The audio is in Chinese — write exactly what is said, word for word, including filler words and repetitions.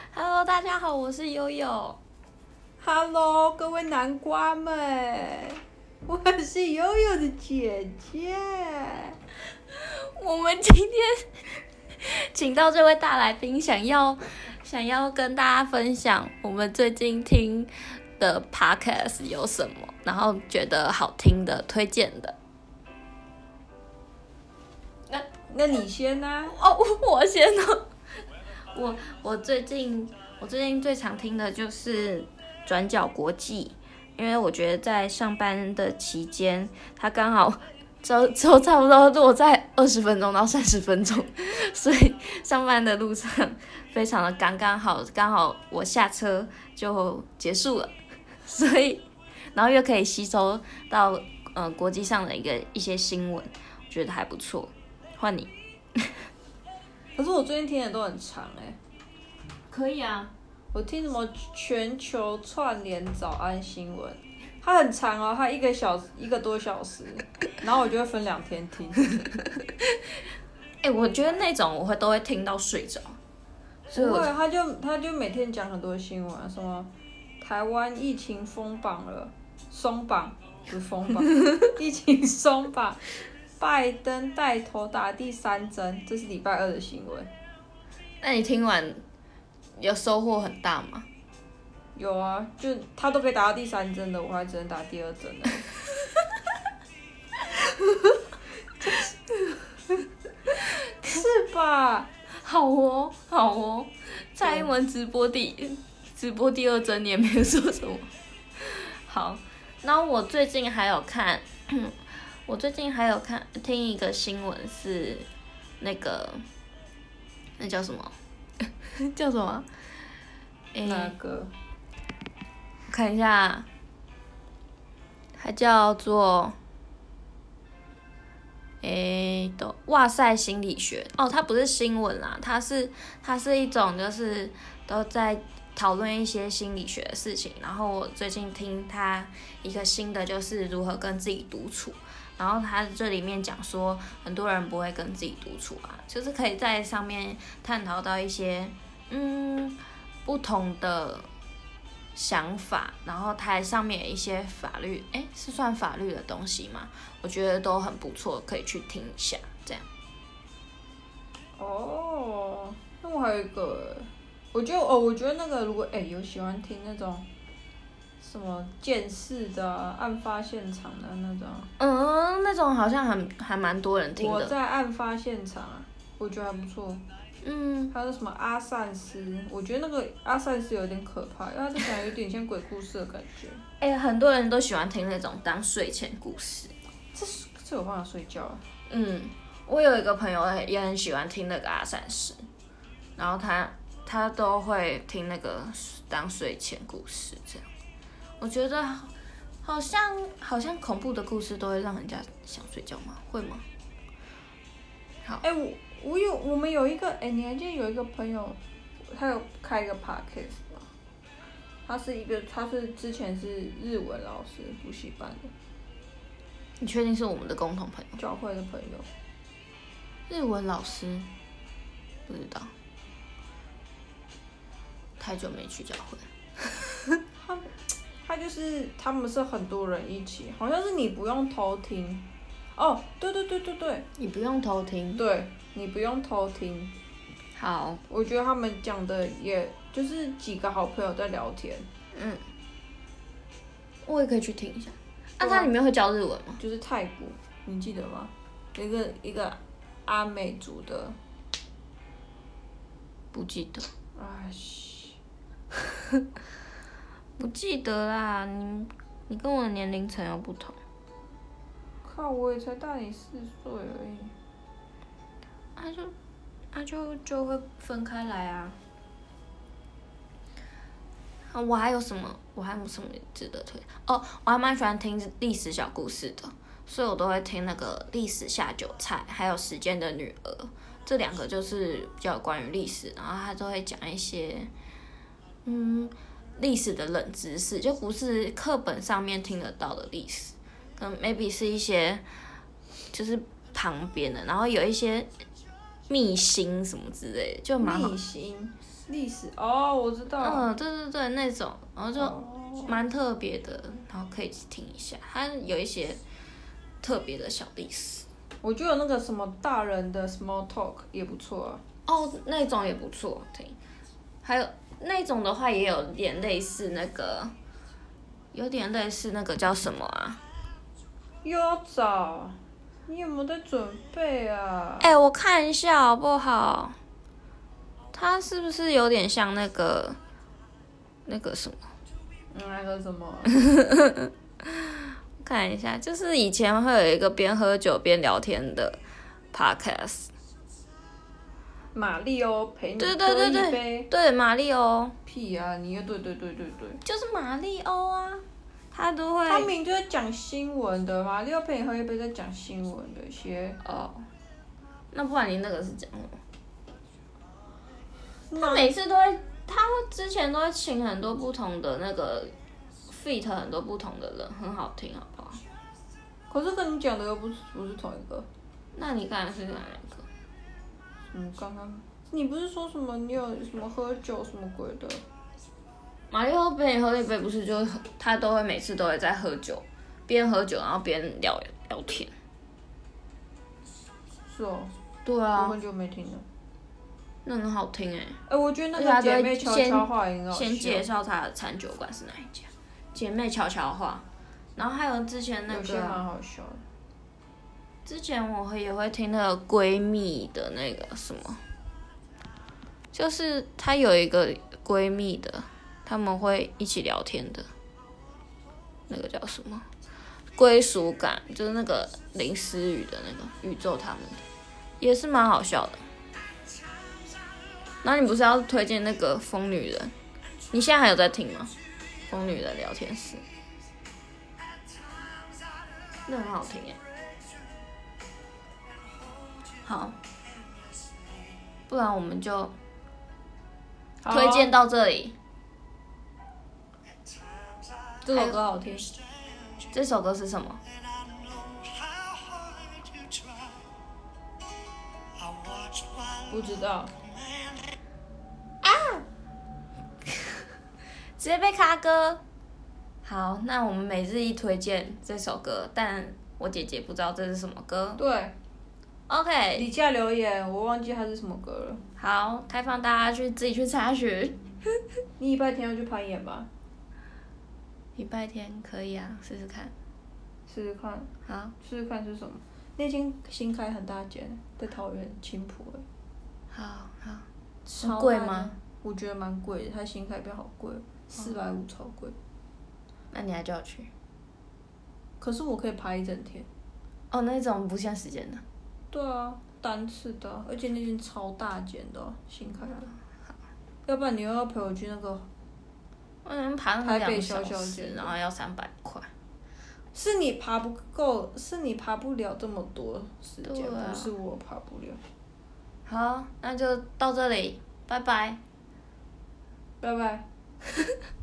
Hello，大家好，我是悠悠。 Hello，各位南瓜们，我是悠悠的姐姐。 我们今天请到这位大来宾，想要想要跟大家分享我们最近听的 podcast 有什么，然后觉得好听的、推荐的。 那那你先啊？ 哦，我先哦。我我最近我最近最常听的就是转角国际，因为我觉得在上班的期间，它刚好就就差不多落在二十分钟到三十分钟，所以上班的路上非常的刚刚好，刚好我下车就结束了，所以然后又可以吸收到呃国际上的一个一些新闻，我觉得还不错。换你。 可是我最近听的都很长哎、欸。 可以啊。 我听什么全球串联早安新闻，它很长哦，它一个小时一个多小时，然后我就会分两天听。 哎、欸，我觉得那种我会都会听到睡着。 不会，他就他就每天讲很多新闻、啊，什么台湾疫情封绑了，松绑不是封绑，疫情松绑，拜登带头打第三针，这是礼拜二的新闻。 那你听完有收获很大吗？ 有啊，就他都可以打到第三针的，我还只能打第二针了。是吧？ 好哦，好哦。蔡英文直播第直播第二针，你也没有说什么。好，那我最近还有看，我最近还有看听一个新闻是那个那叫什么？叫什么？ 欸、哪个？ 我看一下，还叫做。诶，都哇塞心理学哦，它不是新闻啦，它是它是一种就是都在讨论一些心理学的事情。然后我最近听它一个新的就是如何跟自己独处，然后它这里面讲说很多人不会跟自己独处啊，就是可以在上面探讨到一些嗯不同的想法，然后它上面有一些法律，哎，是算法律的东西吗？我觉得都很不错，可以去听一下，这样。 哦，那我还有一个，我觉得哦，我觉得那个如果哎、欸、有喜欢听那种什么见识的、啊、案发现场的那种， 嗯，那种好像很还蛮多人听的。 我在案发现场啊，我觉得还不错。 嗯， 还有什么阿善师，我觉得那个阿善师有点可怕，因为他就讲有点像鬼故事的感觉。 哎、欸，很多人都喜欢听那种当睡前故事。 这这有办法睡觉啊？ 嗯，我有一个朋友也很喜欢听那个阿善师，然后他他都会听那个当睡前故事，这样。我觉得好像好像恐怖的故事都会让人家想睡觉吗？会吗？好。 哎、欸，我我有我们有一个哎、欸，你还记得有一个朋友，他有开一个 podcast 吗？他是一个，他是之前是日文老师补习班的。 你确定是我们的共同朋友？ 教会的朋友。 日文老师，不知道，太久没去教会。 他他就是他们是很多人一起，好像是你不用偷听。哦，对对对对对， 你不用偷听。 对，你不用偷听。 好， 我觉得他们讲的也就是几个好朋友在聊天。 嗯，我也可以去听一下。那、啊、它里面会教日文吗？ 就是泰国，你记得吗？一个一个阿美族的， 不记得。 哎西， 不记得啦，你你跟我的年龄层又不同。 靠，我也才大你四岁而已。 啊就啊就就会分开来啊。啊，我还有什么？我还有什么值得推？哦，我还蛮喜欢听历史小故事的，所以我都会听那个历史下酒菜，还有时间的女儿，这两个就是比较有关于历史，然后他都会讲一些，嗯，历史的冷知识，就不是课本上面听得到的历史，可能 maybe 是一些就是旁边的，然后有一些秘辛什么之类的，就蛮好。 秘辛。 历史哦，我知道。 嗯，对对对，那种，然后就蛮特别的，然后可以听一下，它有一些特别的小历史。 我觉得那个什么大人的 small talk 也不错啊。 哦，那种也不错听，还有那种的话也有点类似那个，有点类似那个叫什么啊？ 又要找，你有没有在准备啊？ 哎、欸，我看一下好不好？它是不是有点像那个那个什么？ 嗯，那个什么？ 看一下，就是以前会有一个边喝酒边聊天的 podcast。 马里欧陪你对对对喝一杯。 对，马里欧。 屁啊！你又对对对对对。 就是马里欧啊，他都会。 他明明就是讲新闻的，马里欧陪你喝一杯在讲新闻的一些。 哦。那不然你那个是讲什么？他每次都会，他会之前都会请很多不同的那个 feat 很多不同的人，很好听，好不好？ 可是跟你讲的又不是不是同一个。 那你刚才是哪一个？ 嗯，刚刚你不是说什么你有什么喝酒什么鬼的？ 马里奥陪你喝一杯，不是就他都会每次都会在喝酒，边喝酒然后边聊聊天。 是哦。 对啊。 我很久没听了。 那很好听哎、欸。 哎、欸，我觉得那个姐妹悄悄话也很好笑。 先介绍她的餐酒馆是哪一家？姐妹悄悄话，然后还有之前那个。 有些蛮好笑的。 之前我会也会听那个闺蜜的那个什么，就是她有一个闺蜜的，他们会一起聊天的，那个叫什么？归属感，就是那个林思雨的那个宇宙他们的，也是蛮好笑的。然后你不是要推荐那个《疯女人》？你现在还有在听吗？《疯女人聊天室》那很好听耶。好，不然我们就推荐到这里。 这首歌好听。 这首歌是什么？ 不知道。 啊！直接被卡歌。好，那我们每日一推荐这首歌，但我姐姐不知道这是什么歌。 对。 OK。 底下留言，我忘记它是什么歌了。 好，开放大家去自己去查询。 你礼拜天要去攀岩吧？ 礼拜天可以啊，试试看。 试试看。 好。 试试看是什么？那间新开很大间，在桃园青埔诶。 好好。很贵吗？ 我觉得蛮贵的，它新开变好贵，四百五超贵。 那你还叫我去？ 可是我可以爬一整天。 哦，那种不限时间的。 对啊，单次的，而且那间超大间的、哦，新开的。 好。 要不然你又要陪我去那个？ 我能爬那台北小小时，然后要三百块。 是你爬不够，是你爬不了这么多时间， 啊、 不是我爬不了。 好，那就到这里，拜拜。 拜拜。